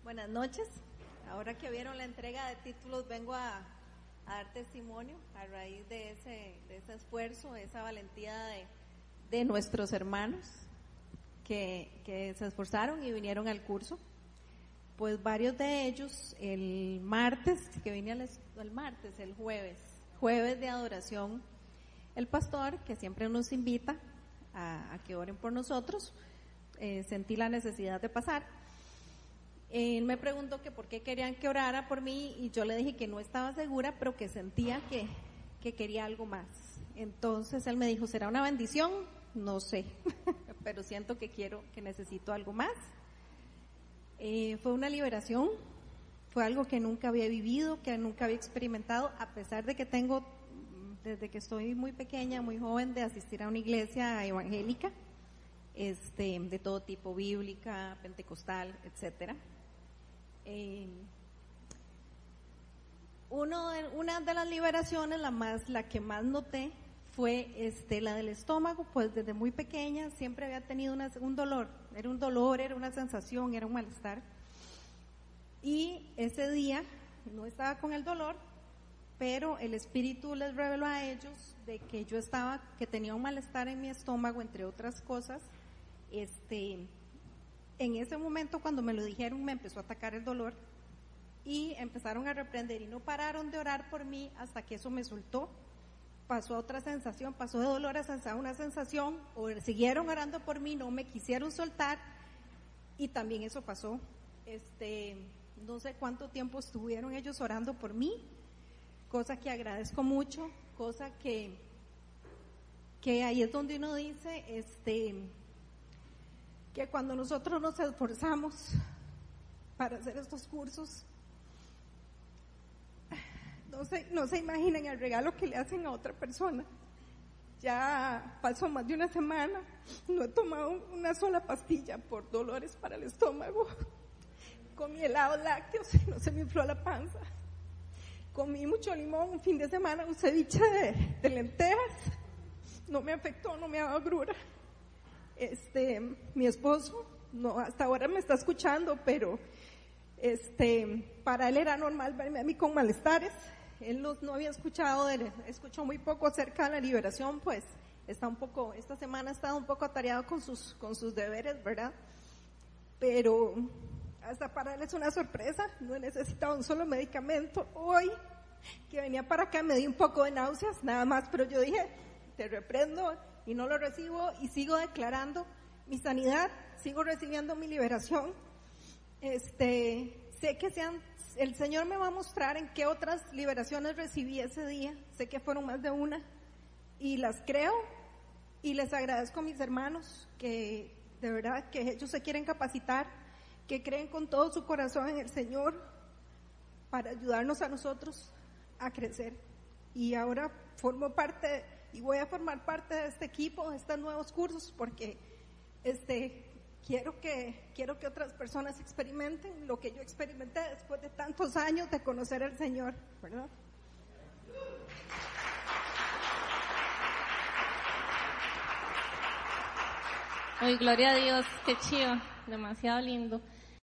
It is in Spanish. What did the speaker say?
Buenas noches. Ahora que vieron la entrega de títulos, vengo a dar testimonio a raíz de ese esfuerzo, esa valentía de nuestros hermanos que se esforzaron y vinieron al curso. Pues varios de ellos el jueves de adoración, el pastor, que siempre nos invita a que oren por nosotros, sentí la necesidad de pasar. Él me preguntó que por qué querían que orara por mí y yo le dije que no estaba segura, pero que sentía que quería algo más. Entonces él me dijo, ¿será una bendición? No sé, pero siento que necesito algo más. Fue una liberación, fue algo que nunca había vivido, que nunca había experimentado, a pesar de que tengo, desde que estoy muy pequeña, muy joven, de asistir a una iglesia evangélica, de todo tipo, bíblica, pentecostal, etcétera. Una de las liberaciones, la que más noté, fue la del estómago. Pues desde muy pequeña siempre había tenido un dolor, era una sensación, era un malestar. Y ese día no estaba con el dolor, pero el Espíritu les reveló a ellos de que tenía un malestar en mi estómago, entre otras cosas. En ese momento, cuando me lo dijeron, me empezó a atacar el dolor y empezaron a reprender y no pararon de orar por mí hasta que eso me soltó. Pasó a otra sensación, pasó de dolor a una sensación, o siguieron orando por mí, no me quisieron soltar y también eso pasó. No sé cuánto tiempo estuvieron ellos orando por mí, cosa que agradezco mucho, cosa que ahí es donde uno dice, que cuando nosotros nos esforzamos para hacer estos cursos, no se imaginan el regalo que le hacen a otra persona. Ya pasó más de una semana, no he tomado una sola pastilla por dolores para el estómago. Comí helados lácteos y no se me infló la panza. Comí mucho limón un fin de semana, un ceviche de lentejas, no me afectó, no me daba agrura. Mi esposo hasta ahora me está escuchando, pero para él era normal verme a mí con malestares. Él no había escuchó muy poco acerca de la liberación, pues esta semana ha estado un poco atareado con sus deberes, ¿verdad? Pero hasta para él es una sorpresa, no he necesitado un solo medicamento. Hoy que venía para acá me di un poco de náuseas, nada más, pero yo dije, te reprendo y no lo recibo y sigo declarando mi sanidad, sigo recibiendo mi liberación. Sé que el Señor me va a mostrar en qué otras liberaciones recibí ese día, sé que fueron más de una y las creo y les agradezco a mis hermanos que de verdad que ellos se quieren capacitar, que creen con todo su corazón en el Señor para ayudarnos a nosotros a crecer. Y ahora formo parte y voy a formar parte de este equipo, de estos nuevos cursos, porque quiero que otras personas experimenten lo que yo experimenté después de tantos años de conocer al Señor, ¿verdad? Ay, gloria a Dios, qué chido, demasiado lindo.